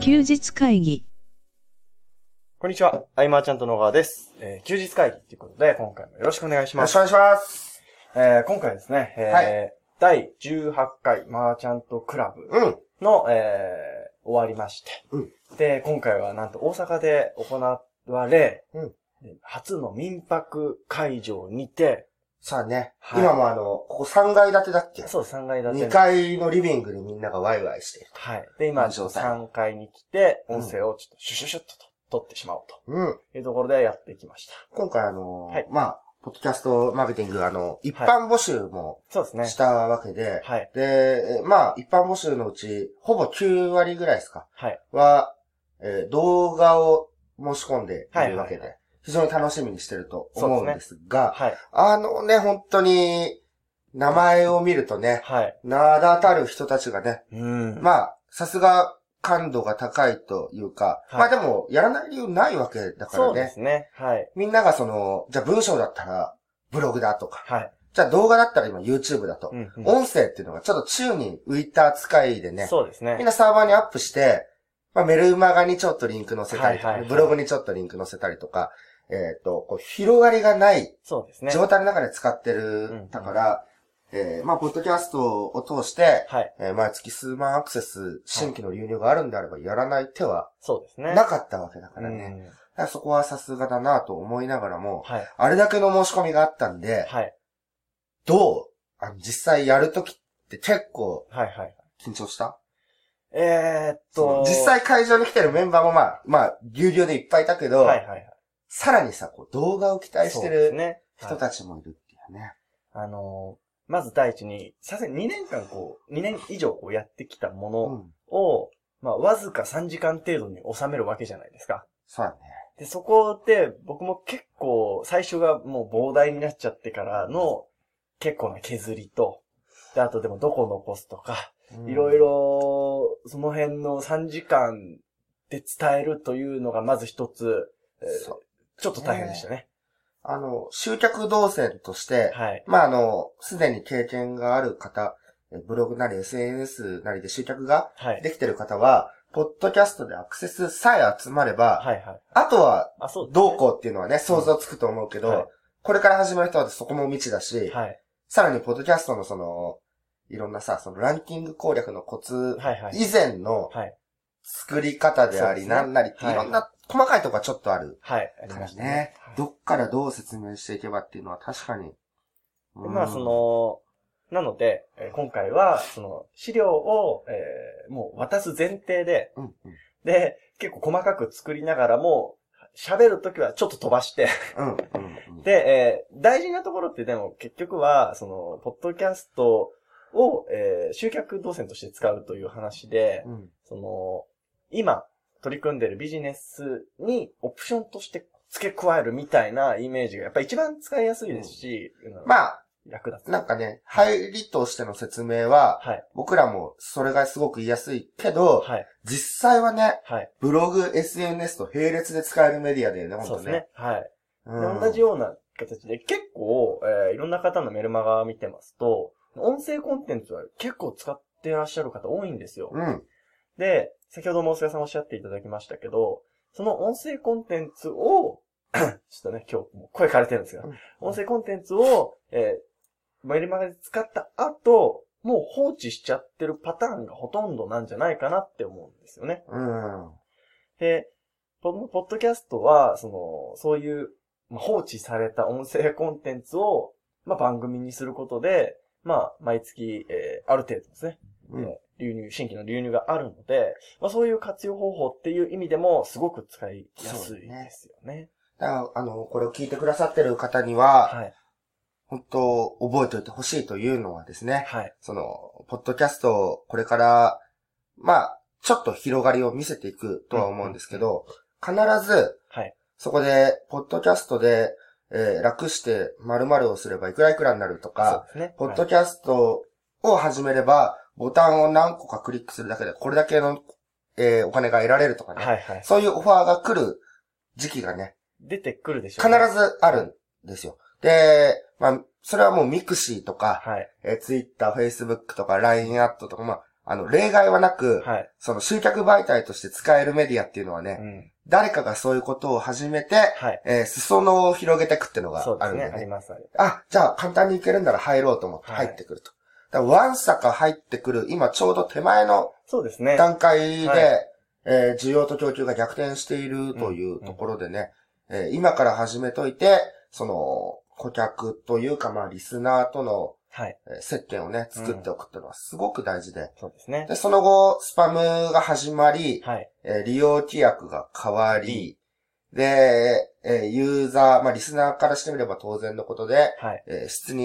休日会議。 こんにちは、アイマーちゃんと野川です。休日会議ということで、今回もよろしくお願いします。 よろしくお願いします。 今回ですね、 はい、 第18回マーチャントクラブの、終わりまして、で、今回はなんと大阪で行われ、初の民泊会場にて、 さあね、今もここ3階建てだっけ？ そう、3階建て。 2階のリビングでみんながワイワイしている。 はい。で、今、3階に来て、音声をちょっとシュシュシュッと撮ってしまおうというところでやってきました。 今回ポッドキャストマーケティング、一般募集もしたわけで、 はい。 で、一般募集のうち、ほぼ9割ぐらいですか？ はい。 動画を申し込んでいるわけで、非常に楽しみにしてると思うんですが、 はい。 本当に、名前を見るとね、 はい。 名だたる人たちがね、さすが感度が高いというか、でも、やらない理由ないわけだからね。 そうですね。はい。 みんながじゃあ文章だったら、ブログだとか、 はい。 じゃあ動画だったら今 YouTube だと、音声っていうのがちょっと宙に浮いた扱いでね、 そうですね。 みんなサーバーにアップして、メルマガにちょっとリンク載せたりとか、ブログにちょっとリンク載せたりとか、広がりがない状態の中で使ってるだから、ポッドキャストを通して、毎月数万アクセス、新規の流入があるんであれば、やらない手は、なかったわけだからね。だからそこはさすがだなと思いながらも、あれだけの申し込みがあったんで、どう実際やるときって結構、緊張した？実際会場に来てるメンバーもぎゅうぎゅうでいっぱいいたけど、さらにさ、動画を期待してる人たちもいるっていうね。 まず第一に、さすがに2年以上やってきたものを、わずか3時間程度に収めるわけじゃないですか。 そうだね。 で、そこで僕も結構最初がもう膨大になっちゃってからの結構な削りと、で、あとでもどこ残すとか、いろいろその辺の3時間で伝えるというのがまず一つ、ちょっと大変でしたね。 集客動線として、すでに経験がある方、ブログなり SNS なりで集客ができてる方は、ポッドキャストでアクセスさえ集まれば、あとはどうこうっていうのはね、想像つくと思うけど、これから始める人はそこも未知だし、さらにポッドキャストのいろんなさ、ランキング攻略のコツ以前の作り方であり、なんなりっていろんな細かいとこがちょっとある。 ありましたね。 どっからどう説明していけばっていうのは確かに。 なので、今回は、資料を、もう渡す前提で、で、結構細かく作りながらも、喋るときはちょっと飛ばして、で、大事なところってでも結局は、ポッドキャストを、集客動線として使うという話で、今取り組んでるビジネスにオプションとして付け加えるみたいなイメージがやっぱり一番使いやすいですし、役立つ。 なんかね、入りとしての説明は、僕らもそれがすごく言いやすいけど、実際はね、ブログ、SNS と並列で使えるメディアだよね、本当ね。 そうですね。同じような形で結構、いろんな方のメルマガを見てますと、音声コンテンツは結構使ってらっしゃる方多いんですよ。で、先ほども大菅さんおっしゃっていただきましたけど、その音声コンテンツを、ちょっとね、今日もう声枯れてるんですが、音声コンテンツを、メルマガで使った後、もう放置しちゃってるパターンがほとんどなんじゃないかなって思うんですよね。で、ポッドキャストは、そういう、放置された音声コンテンツを、番組にすることで、毎月、ある程度ですね、新規の流入があるので、そういう活用方法っていう意味でも、すごく使いやすいですよね。 だからこれを聞いてくださってる方には、本当、覚えておいてほしいというのはですね、ポッドキャストをこれから、ちょっと広がりを見せていくとは思うんですけど、必ず、そこで、ポッドキャストで、楽して〇〇をすればいくらいくらになるとか、ポッドキャストを始めれば、ボタンを何個かクリックするだけでこれだけの、お金が得られるとかね、そういうオファーが来る時期がね、 出てくるでしょうね。 必ずあるんですよ。で、それはもうミクシーとか、ツイッター、フェイスブックとか、LINE アットとか、 例外はなく、その集客媒体として使えるメディアっていうのはね、誰かがそういうことを始めて、裾野を広げていくっていうのがあるんでね。 あります。 じゃあ簡単にいけるんなら入ろうと思って入ってくると。だからワンサか入ってくる、今ちょうど手前の段階で、需要と供給が逆転しているというところでね、今から始めといて、その、顧客というか、リスナーとの、接点をね、作っておくっていうのはすごく大事で。 そうですね。 で、その後、スパムが始まり、利用規約が変わり、で、ユーザー、リスナーからしてみれば当然のことで、質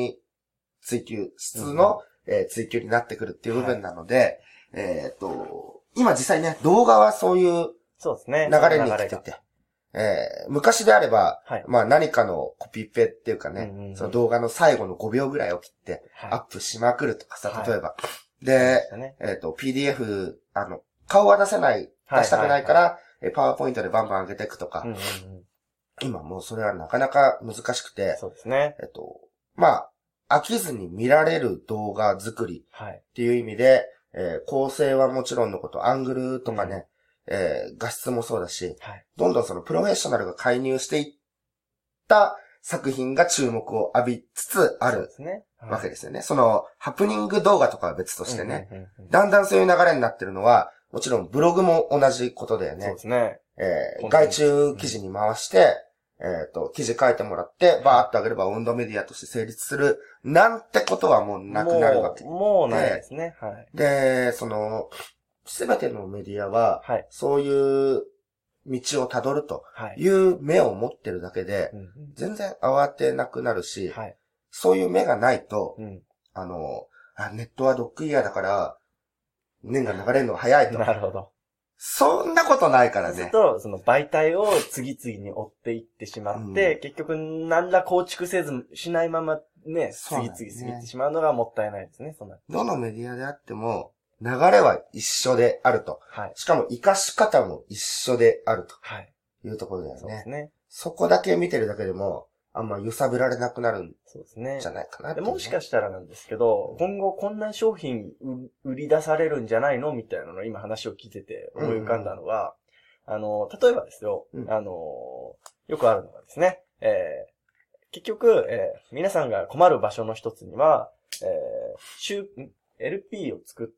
の、追求になってくるっていう部分なので、今実際ね、動画はそういう流れに来てて、昔であれば、何かのコピペっていうかね、その動画の最後の5秒ぐらいを切ってアップしまくるとかさ、例えば。で、PDF、顔は出したくないから、パワーポイントでバンバン上げていくとか、今もうそれはなかなか難しくて、 そうですね。 飽きずに見られる動画作りっていう意味で、構成はもちろんのこと、アングルとかね、画質もそうだし、どんどんそのプロフェッショナルが介入していった作品が注目を浴びつつあるわけですよね。そのハプニング動画とかは別としてね、だんだんそういう流れになってるのは、もちろんブログも同じことだよね。 そうですね。 外注記事に回して、記事書いてもらって、バーっと上げればオウンドメディアとして成立する、なんてことはもうなくなるわけ。 もうないですね。 で、すべてのメディアは、そういう道をたどるという目を持ってるだけで、全然慌てなくなるし、そういう目がないと、ネットはドッグイヤーだから、年が流れるのが早いと。 なるほど。 そんなことないからね。 そうすると、その媒体を次々に追っていってしまって、結局何ら構築しないままね、次々過ぎてしまうのがもったいないですね。 どのメディアであっても、流れは一緒であると。しかも活かし方も一緒であると。いうところだよね。そうですね。そこだけ見てるだけでも、あんま揺さぶられなくなるんじゃないかな、 でもしかしたらなんですけど、今後こんな商品売り出されるんじゃないのみたいなのを今話を聞いてて思い浮かんだのが、例えばですよ、よくあるのがですね、結局、皆さんが困る場所の一つには、LP を作って、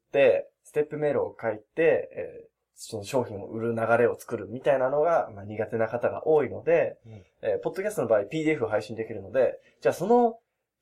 ステップメールを書いて、その商品を売る流れを作るみたいなのが、苦手な方が多いので、ポッドキャストの場合 PDF を配信できるので、じゃあその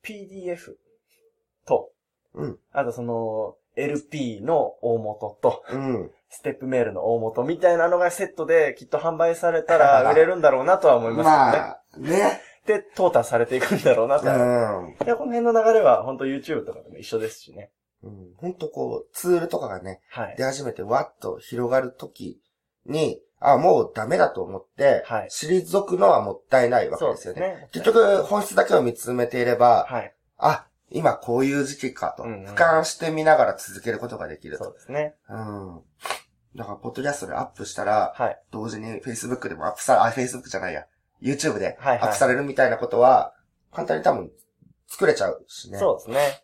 PDF と、あとその LP の大元と、ステップメールの大元みたいなのがセットできっと販売されたら売れるんだろうなとは思いますけどね。で、淘汰されていくんだろうなと。で、この辺の流れは本当 YouTube とかでも一緒ですしね。 ほんとツールとかがね、出始めてわっと広がるときに、もうダメだと思って、退くのはもったいないわけですよね。結局、本質だけを見つめていれば、今こういう時期かと、俯瞰してみながら続けることができると。 そうですね。 だから、ポッドキャストでアップしたら、同時に Facebook でもFacebook じゃないや、YouTube でアップされるみたいなことは、簡単に多分作れちゃうしね。 そうですね。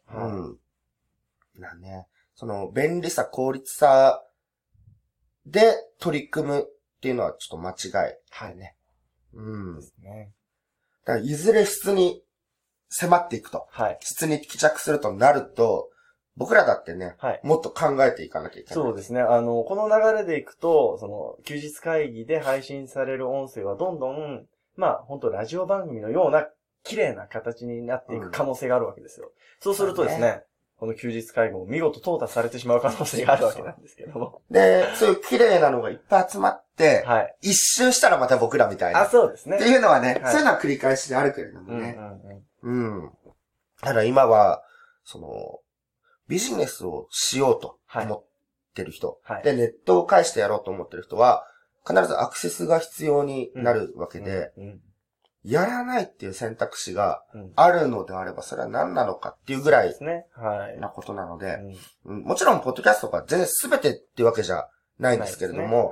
その便利さ、効率さで取り組むっていうのはちょっと間違い。ね。ですね。だからいずれ質に迫っていくと。質に帰着するとなると、僕らだってね、もっと考えていかなきゃいけない。 そうですね。この流れでいくと、その、休日会議で配信される音声はどんどん、本当ラジオ番組のような綺麗な形になっていく可能性があるわけですよ。そうするとですね、この休日会議も見事淘汰されてしまう可能性があるわけなんですけども。 で、そういう綺麗なのがいっぱい集まって、一周したらまた僕らみたいな。 そうですね。 っていうのはね、そういうのは繰り返しであるけれどもね。ただ今は、ビジネスをしようと思ってる人、で、ネットを介してやろうと思ってる人は、必ずアクセスが必要になるわけで、やらないっていう選択肢があるのであれば、それは何なのかっていうぐらいなことなので、もちろん、ポッドキャストが全然全てっていうわけじゃないんですけれども、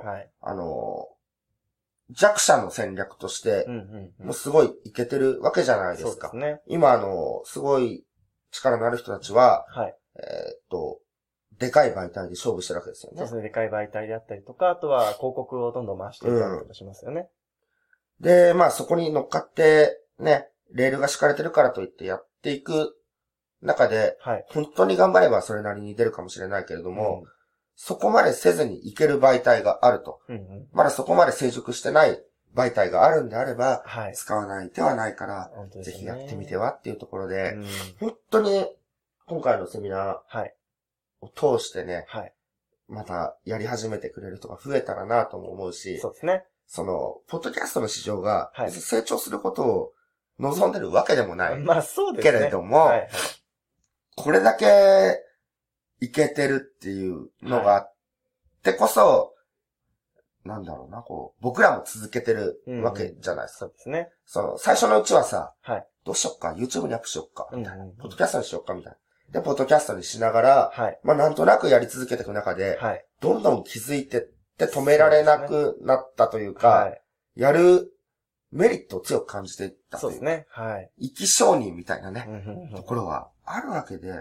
弱者の戦略として、もうすごいいけてるわけじゃないですか。すごい力のある人たちは、 でかい媒体で勝負してるわけですよね。 そうですね。でかい媒体であったりとか、あとは広告をどんどん回していったりとかしますよね。 で、まあそこに乗っかって、ね、レールが敷かれてるからといってやっていく中で、本当に頑張ればそれなりに出るかもしれないけれども、そこまでせずにいける媒体があると。まだそこまで成熟してない媒体があるんであれば、使わない手はないから、ぜひやってみてはっていうところで、本当に今回のセミナーを通してね、またやり始めてくれる人が増えたらなとも思うし、 そうですね。 ポッドキャストの市場が成長することを望んでるわけでもない。 まあそうですね。 けれども、これだけいけてるっていうのがあってこそ、なんだろうな、僕らも続けてるわけじゃないですか。 そうですね。 最初のうちはさ、どうしよっか、YouTube にアップしよっか、みたいな。ポッドキャストにしよっか、みたいな。で、ポッドキャストにしながら、まあなんとなくやり続けていく中で、どんどん気づいてって止められなくなったというか、やるメリットを強く感じていったという。そうですね。生き証人みたいなね、ところはあるわけで、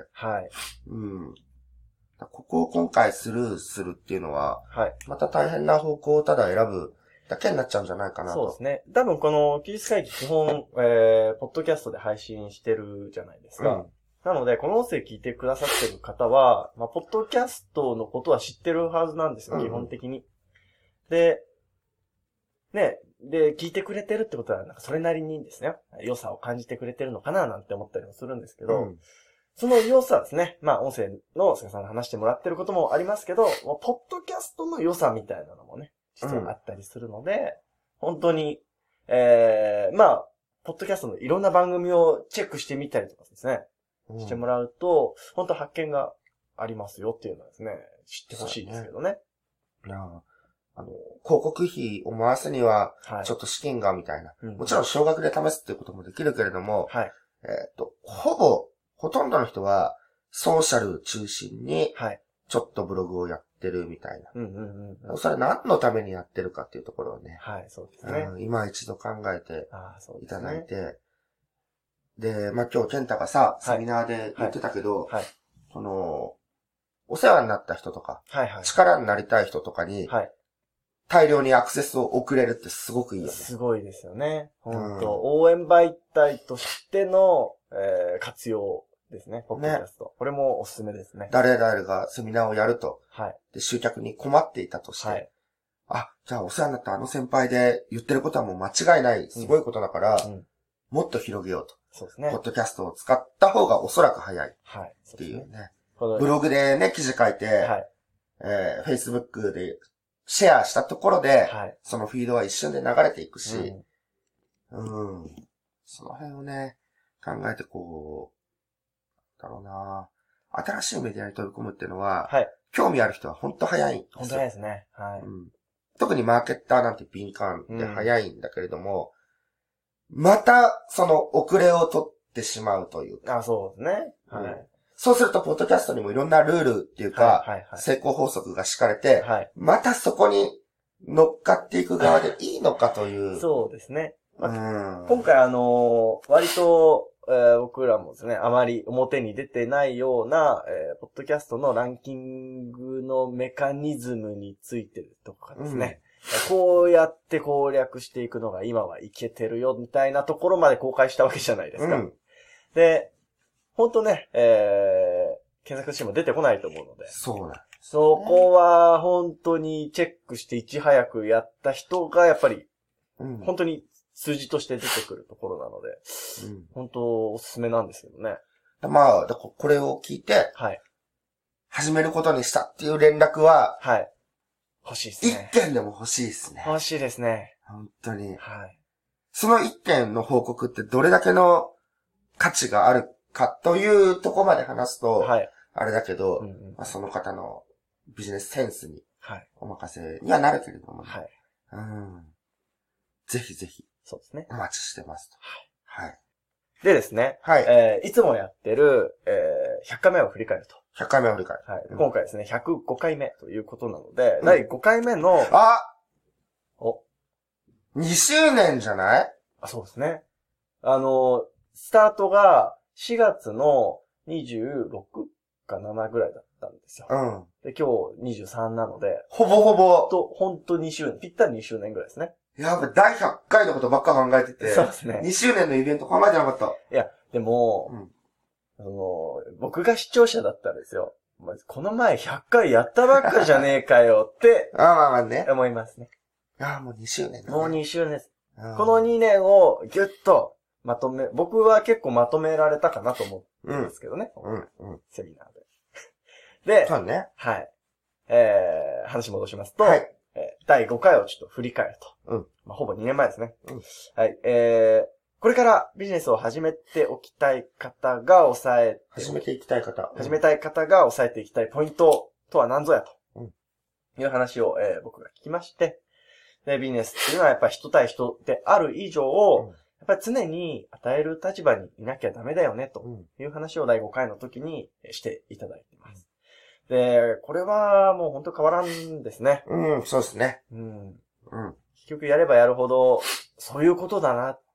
ここを今回スルーするっていうのは、また大変な方向をただ選ぶだけになっちゃうんじゃないかなと。 そうですね。多分この技術会議基本、ポッドキャストで配信してるじゃないですか。なので、この音声聞いてくださってる方は、まあ、ポッドキャストのことは知ってるはずなんですよ、基本的に。で、聞いてくれてるってことは、なんかそれなりにですね、良さを感じてくれてるのかななんて思ったりもするんですけど、その良さですね。まあ、音声の菅さんが話してもらってることもありますけど、ポッドキャストの良さみたいなのもね、実はあったりするので、本当に、まあ、ポッドキャストのいろんな番組をチェックしてみたりとかですね、してもらうと、本当発見がありますよっていうのはですね、知ってほしいですけどね。 広告費を回すには、ちょっと資金がみたいな。もちろん少額で試すっていうこともできるけれども、ほとんどの人は、ソーシャル中心に、ちょっとブログをやってるみたいな。それ何のためにやってるかっていうところをね、 そうですね。 今一度考えていただいて、で、まあ、今日健太がさ、セミナーで言ってたけど、お世話になった人とか、力になりたい人とかに、大量にアクセスを送れるってすごくいいよね。 すごいですよね。本当、応援媒体としての、活用ですね。ポッドキャスト。これもおすすめですね。 誰々がセミナーをやると。で、集客に困っていたとして。じゃあお世話になったあの先輩で言ってることはもう間違いない、すごいことだから、もっと広げようと。そうですね。ポッドキャストを使った方がおそらく早い。っていうね。ブログでね、記事書いて、Facebook でシェアしたところで、そのフィードは一瞬で流れていくし、その辺をね、考えて新しいメディアに飛び込むっていうのは、興味ある人は本当早いんですよ。 本当早いですね。 特にマーケッターなんて敏感で早いんだけれども、またその遅れを取ってしまうというか。 そうですね。 そうすると、ポッドキャストにもいろんなルールっていうか、成功法則が敷かれて、またそこに乗っかっていく側でいいのかという。 そうですね。今回割と、僕らもですね、あまり表に出てないような、ポッドキャストのランキングのメカニズムについてるとかですね。こうやって攻略していくのが今はいけてるよみたいなところまで公開したわけじゃないですか。で、ほんとね、検索しても出てこないと思うので。 そうなんです、ね。 そこは本当にチェックしていち早くやった人がやっぱり、本当に数字として出てくるところなので、本当おすすめなんですけどね。 まあ、これを聞いて、始めることにしたっていう連絡は、 欲しいですね。 一件でも欲しいですね。 欲しいですね。 本当に。その一件の報告ってどれだけの価値があるかというところまで話すと、あれだけど、その方のビジネスセンスにお任せにはなるけれども、ぜひぜひ、 そうですね。 お待ちしてますと。 でですね、いつもやってる、100回目を振り返ると。 100回目を振り返る。 今回ですね、105回目ということなので、第5回目の、 2周年じゃない？ そうですね。スタートが4月の26か7ぐらいだっったんですよ。 うん。 で、今日23なので、 ほぼほぼ。 ほんと2周年、ぴったり2周年ぐらいですね。 やばい、第100回のことばっか考えてて。 そうですね。 2周年のイベント考えてなかった。 いや、でも、僕が視聴者だったらですよ。この前100回やったばっかじゃねえかよって、 まあね。 思いますね。 もう2周年だね。 もう2周年です。この2年をぎゅっと僕は結構まとめられたかなと思うんですけどね。セミナーで。で、 そうね。 はい。話戻しますと、 はい。 第5回をちょっと振り返ると。ほぼ2年前ですね。はい。これからビジネスを始めておきたい方が始めていきたい方。 始めたい方が押さえていきたいポイントとは何ぞやと。いう話を、僕が聞きまして、で、ビジネスっていうのはやっぱり人対人である以上、やっぱり常に与える立場にいなきゃダメだよね、という話を第5回の時にしていただいています。で、これはもう本当変わらんですね。 そうですね。 結局やればやるほど、そういうことだなって、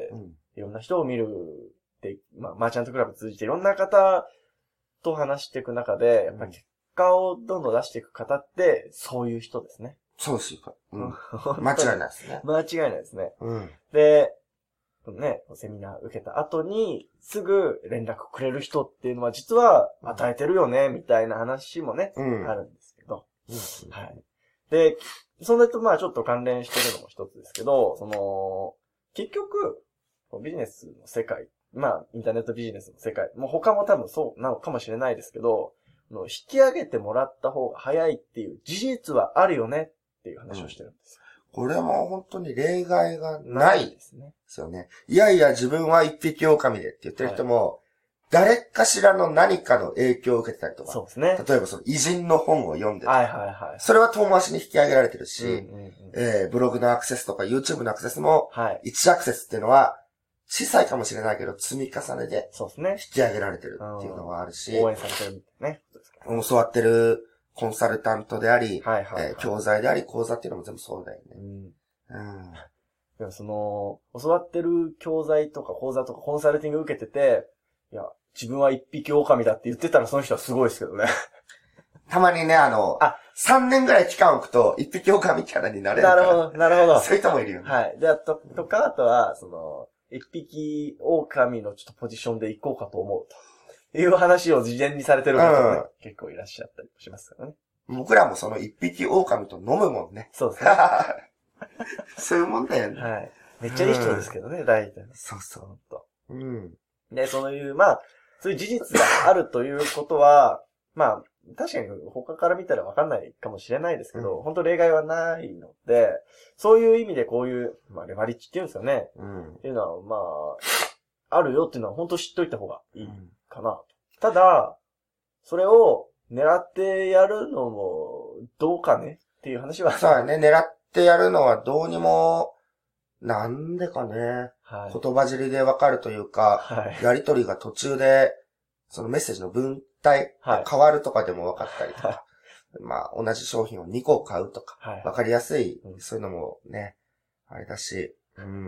いろんな人を見るって、マーチャントクラブ通じていろんな方と話していく中で、やっぱり結果をどんどん出していく方って、そういう人ですね。 そうですよ。間違いないですね。 間違いないですね。で、ね、セミナー受けた後に、すぐ連絡くれる人っていうのは実は与えてるよね、みたいな話もね、あるんですけど。はい。で、それとちょっと関連してるのも一つですけど、結局、ビジネスの世界、インターネットビジネスの世界、もう他も多分そうなのかもしれないですけど、引き上げてもらった方が早いっていう事実はあるよねっていう話をしてるんですよ。 これも本当に例外がないですね。ですよね。いやいや自分は一匹狼でって言ってる人も、誰かしらの何かの影響を受けてたりとか。 そうですね。 例えばその偉人の本を読んでたり。 それは遠回しに引き上げられてるし、ブログのアクセスとか YouTube のアクセスも、1アクセスっていうのは、小さいかもしれないけど、積み重ねで、引き上げられてるっていうのはあるし、 応援されてるね。 教わってるコンサルタントであり、教材であり、講座っていうのも全部そうだよね。 でも教わってる教材とか講座とかコンサルティング受けてて、いや、自分は一匹狼だって言ってたらその人はすごいですけどね。 たまにね、3年ぐらい期間置くと、一匹狼キャラになれるから。 なるほど。 そういう人もいるよね。 はい。で、あとは、一匹狼のちょっとポジションで行こうかと思うという話を事前にされてる方もね、結構いらっしゃったりしますからね。 僕らもその一匹狼と飲むもんね。 そうですね。 そういうもんだよね。 はい。めっちゃいい人ですけどね、大体。 そうそう。 で、そういう事実があるということは、確かに他から見たらわかんないかもしれないですけど、本当例外はないので、そういう意味でこういう、レバリッジっていうんですよね。っていうのは、あるよっていうのは本当知っといた方がいいかな。ただ、それを狙ってやるのもどうかねっていう話は。 そうだね、狙ってやるのはどうにも、なんでかね、言葉尻でわかるというか、やりとりが途中で、そのメッセージの文体が変わるとかでも分かったりとか、同じ商品を2個買うとか、分かりやすい、そういうのもね、あれだし、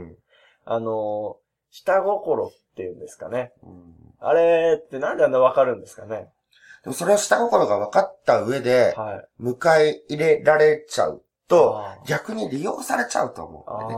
下心っていうんですかね。あれってなんであんな分かるんですかね。 でもそれを下心が分かった上で、迎え入れられちゃうと、逆に利用されちゃうと思うんでね。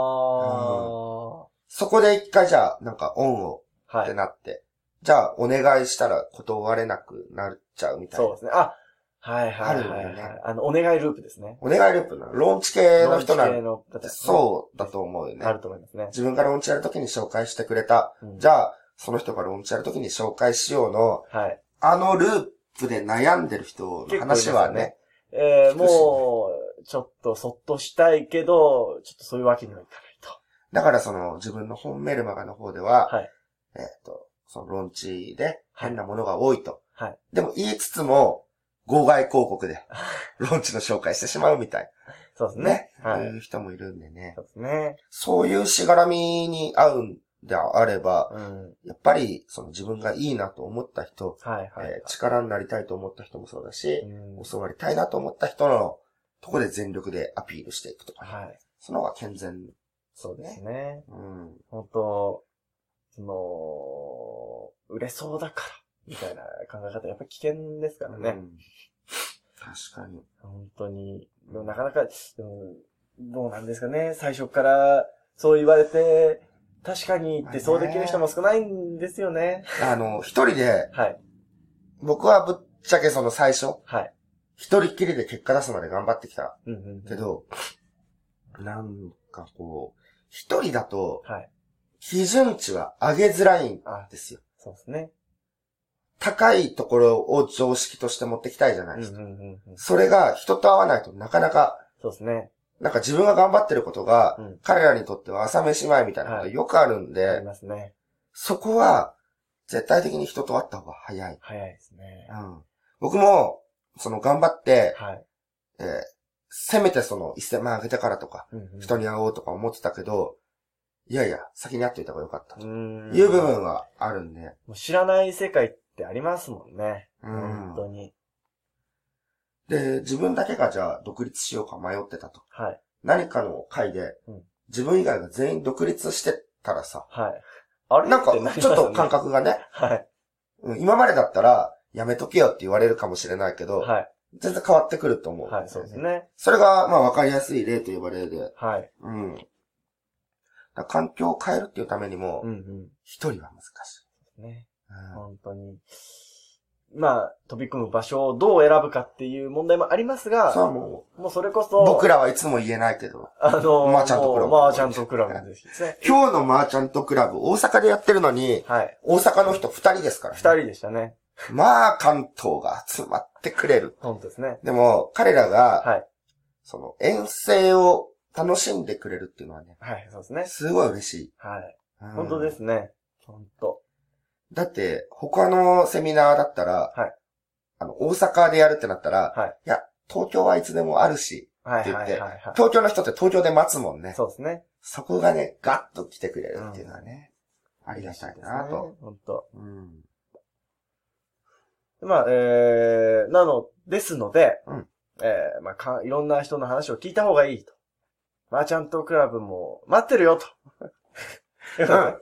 そこで一回じゃあ、恩をってなって、じゃあお願いしたら断れなくなっちゃうみたいな。 そうですね。あるよね。お願いループですね。 お願いループなの。ローンチ系の人なんてそうだと思うよね。 あると思いますね。 自分がローンチやるときに紹介してくれた。じゃあ、その人がローンチやるときに紹介しようの、ループで悩んでる人の話はね。 もう、ちょっとそっとしたいけど、ちょっとそういうわけにはいかないと。 だから自分の本メルマガの方では、そのローンチで変なものが多いと。でも言いつつも、号外広告で、ローンチの紹介してしまうみたい。 そうですね。 そういう人もいるんでね。 そうですね。 そういうしがらみに合うんであれば、やっぱり、自分がいいなと思った人、力になりたいと思った人もそうだし、教わりたいなと思った人のとこで全力でアピールしていくとか、その方が健全、 そうですね。本当売れそうだからみたいな考え方、やっぱり危険ですからね。 確かに。 本当に。なかなか、どうなんですかね。最初からそう言われて、確かにってそうできる人も少ないんですよね。 一人で、 はい。 僕はぶっちゃけその最初、 はい。 一人っきりで結果出すまで頑張ってきた。 うんうんうん、 けど、なんかこう、一人だと、 はい。 基準値は上げづらいんですよ。 そうですね。 高いところを常識として持ってきたいじゃないですか。 うんうんうんうん、 それが人と会わないとなかなか、 そうですね。 なんか自分が頑張ってることが、彼らにとっては朝飯前みたいなことよくあるんで、 ありますね。そこは、絶対的に人と会った方が早い。 早いですね。 僕も、頑張って、 はい。 せめて1000万あげてからとか、人に会おうとか思ってたけど、いやいや、先に会っといた方がよかったという部分はあるんで。 もう知らない世界ってありますもんね。本当に。 で、自分だけがじゃあ独立しようか迷ってたと。 はい。 何かの会で、自分以外が全員独立してたらさ。 はい。あれなんか、ちょっと感覚がね。 はい。 今までだったら、やめとけよって言われるかもしれないけど、はい。全然変わってくると思う、 はい、そうですね。 それが、まあ、わかりやすい例と呼ばれるで。 はい。 環境を変えるっていうためにも、一人は難しい。 ね。本当に。まあ、飛び込む場所をどう選ぶかっていう問題もありますが、 そうもうそれこそ。 僕らはいつも言えないけど。マーチャントクラブ。 マーチャントクラブですね。 今日のマーチャントクラブ、大阪でやってるのに、はい。大阪の人2人ですからね。 2人でしたね。 まあ、関東が集まってくれる。 本当ですね。 でも、彼らが、はい。遠征を楽しんでくれるっていうのはね。 はい、そうですね。 すごい嬉しい。 はい。本当ですね。本当。 だって、他のセミナーだったら、はい。大阪でやるってなったら、はい。いや、東京はいつでもあるし、って言って、東京の人って東京で待つもんね。 そうですね。 そこがね、ガッと来てくれるっていうのはね、ありがたいなと。 本当。まあ、ですので、まあ、いろんな人の話を聞いた方がいいと。マーチャントクラブも待ってるよと。はい。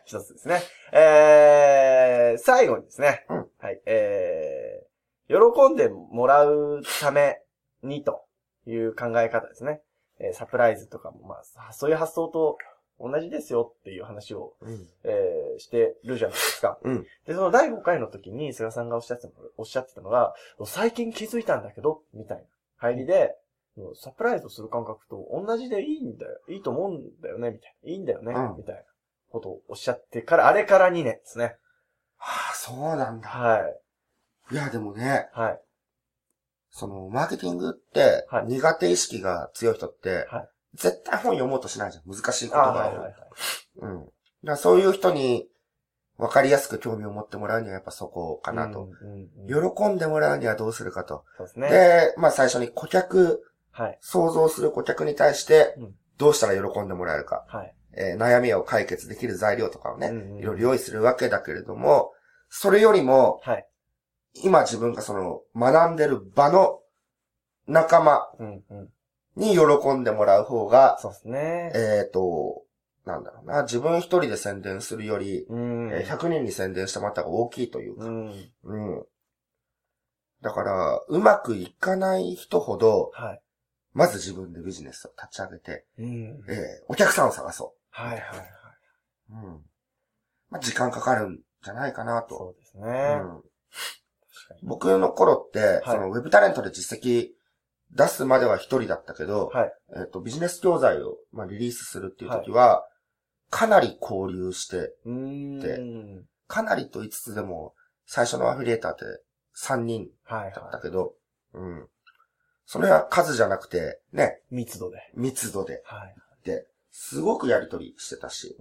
一つですね。最後にですね。はい。喜んでもらうためにという考え方ですね。サプライズとかも、まあ、そういう発想と同じですよっていう話を、してるじゃないですか。で、その第5回の時に菅さんがおっしゃってたのが、最近気づいたんだけど、みたいな入りで、サプライズをする感覚と同じでいいんだよ。いいと思うんだよね、みたいな。いいんだよね、みたいなことをおっしゃってから、あれから2年ですね。 はあ、そうなんだ。 はい。 いや、でもね。 はい。 マーケティングって、苦手意識が強い人って、はい。絶対本読もうとしないじゃん。難しい言葉を。はいはいはい。だからそういう人に分かりやすく興味を持ってもらうにはやっぱそこかなと。喜んでもらうにはどうするかと。 そうですね。 で、まあ最初に顧客、はい。想像する顧客に対して、どうしたら喜んでもらえるか。はい。悩みを解決できる材料とかをね、いろいろ用意するわけだけれども、それよりも、はい。今自分が学んでる場の仲間に喜んでもらう方が、 そうですね。 なんだろうな、自分一人で宣伝するより、100人に宣伝してもらった方が大きいというか、だから、うまくいかない人ほど、はい。まず自分でビジネスを立ち上げて、お客さんを探そう。 はいはいはい。 まあ、時間かかるんじゃないかなと。 そうですね。 僕の頃って、はい、ウェブタレントで実績出すまでは一人だったけど、はい、ビジネス教材を、まあ、リリースするっていう時は、はい、かなり交流してて、かなりと言いつつでも、最初のアフィリエーターって3人だったけど、それは数じゃなくて、ね。 密度で。 はい。で、すごくやりとりしてたし。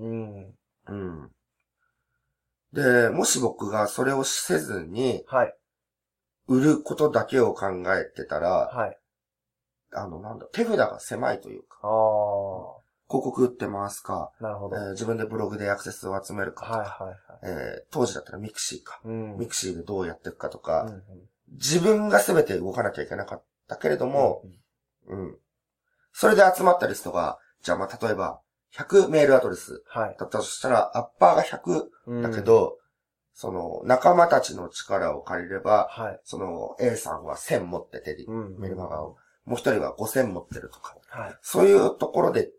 で、もし僕がそれをせずに、はい。売ることだけを考えてたら、はい。手札が狭いというか。広告売ってますか。 なるほど。 自分でブログでアクセスを集めるかとか。はいはいはい。当時だったらミクシーか。ミクシーでどうやっていくかとか。自分が全て動かなきゃいけなかったけれども、それで集まったリストが、じゃあまあ例えば、100メールアドレスだったとしたら、アッパーが100だけど、 その、仲間たちの力を借りれば、 はい。 その、A さんは1000持ってて、メルマガを。もう一人は5000持ってるとか。 はい。 そういうところで、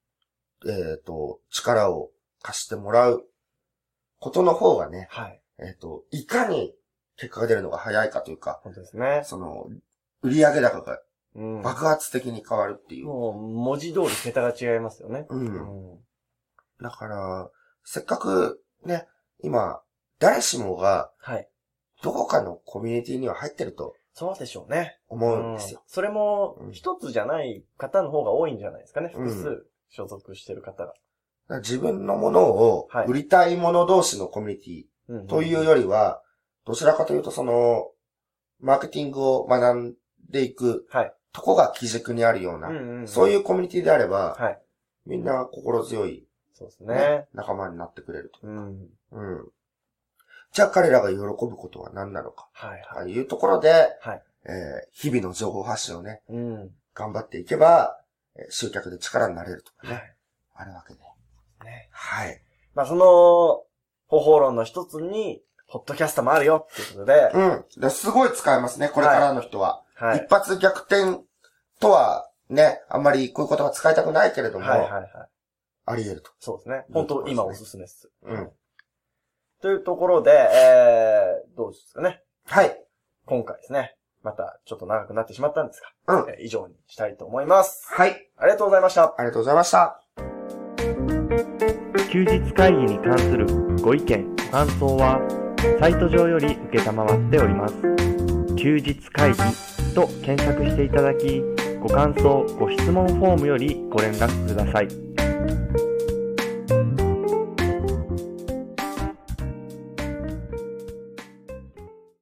力を貸してもらうことの方がね、 はい。 いかに結果が出るのが早いかというか、 本当ですね。 その、売上高が爆発的に変わるっていう。 もう、文字通り桁が違いますよね。 だから、せっかくね、今、誰しもが、 はい。 どこかのコミュニティには入ってると。 そうでしょうね。 思うんですよ。 それも、一つじゃない方の方が多いんじゃないですかね。複数所属してる方が。 自分のものを売りたい者同士のコミュニティというよりは、どちらかというとその、マーケティングを学んでいくとこが基軸にあるような、そういうコミュニティであれば、みんな心強い、 そうですね、 仲間になってくれるというか、じゃあ彼らが喜ぶことは何なのか、というところで、日々の情報発信をね、頑張っていけば、集客で力になれるとかね、あるわけで。はい。 まあその、方法論の一つに、ポッドキャストもあるよっていうことで。 すごい使えますね、これからの人は。一発逆転とはね、あんまりこういう言葉使いたくないけれども、あり得ると。 そうですね。本当今おすすめです。というところで、どうですかね。 はい。 今回ですね。またちょっと長くなってしまったんですが、以上にしたいと思います。 はい。 ありがとうございました。 ありがとうございました。 休日会議に関するご意見、ご感想は、サイト上より受けたまわっております。休日会議と検索していただき、ご感想、ご質問フォームよりご連絡ください。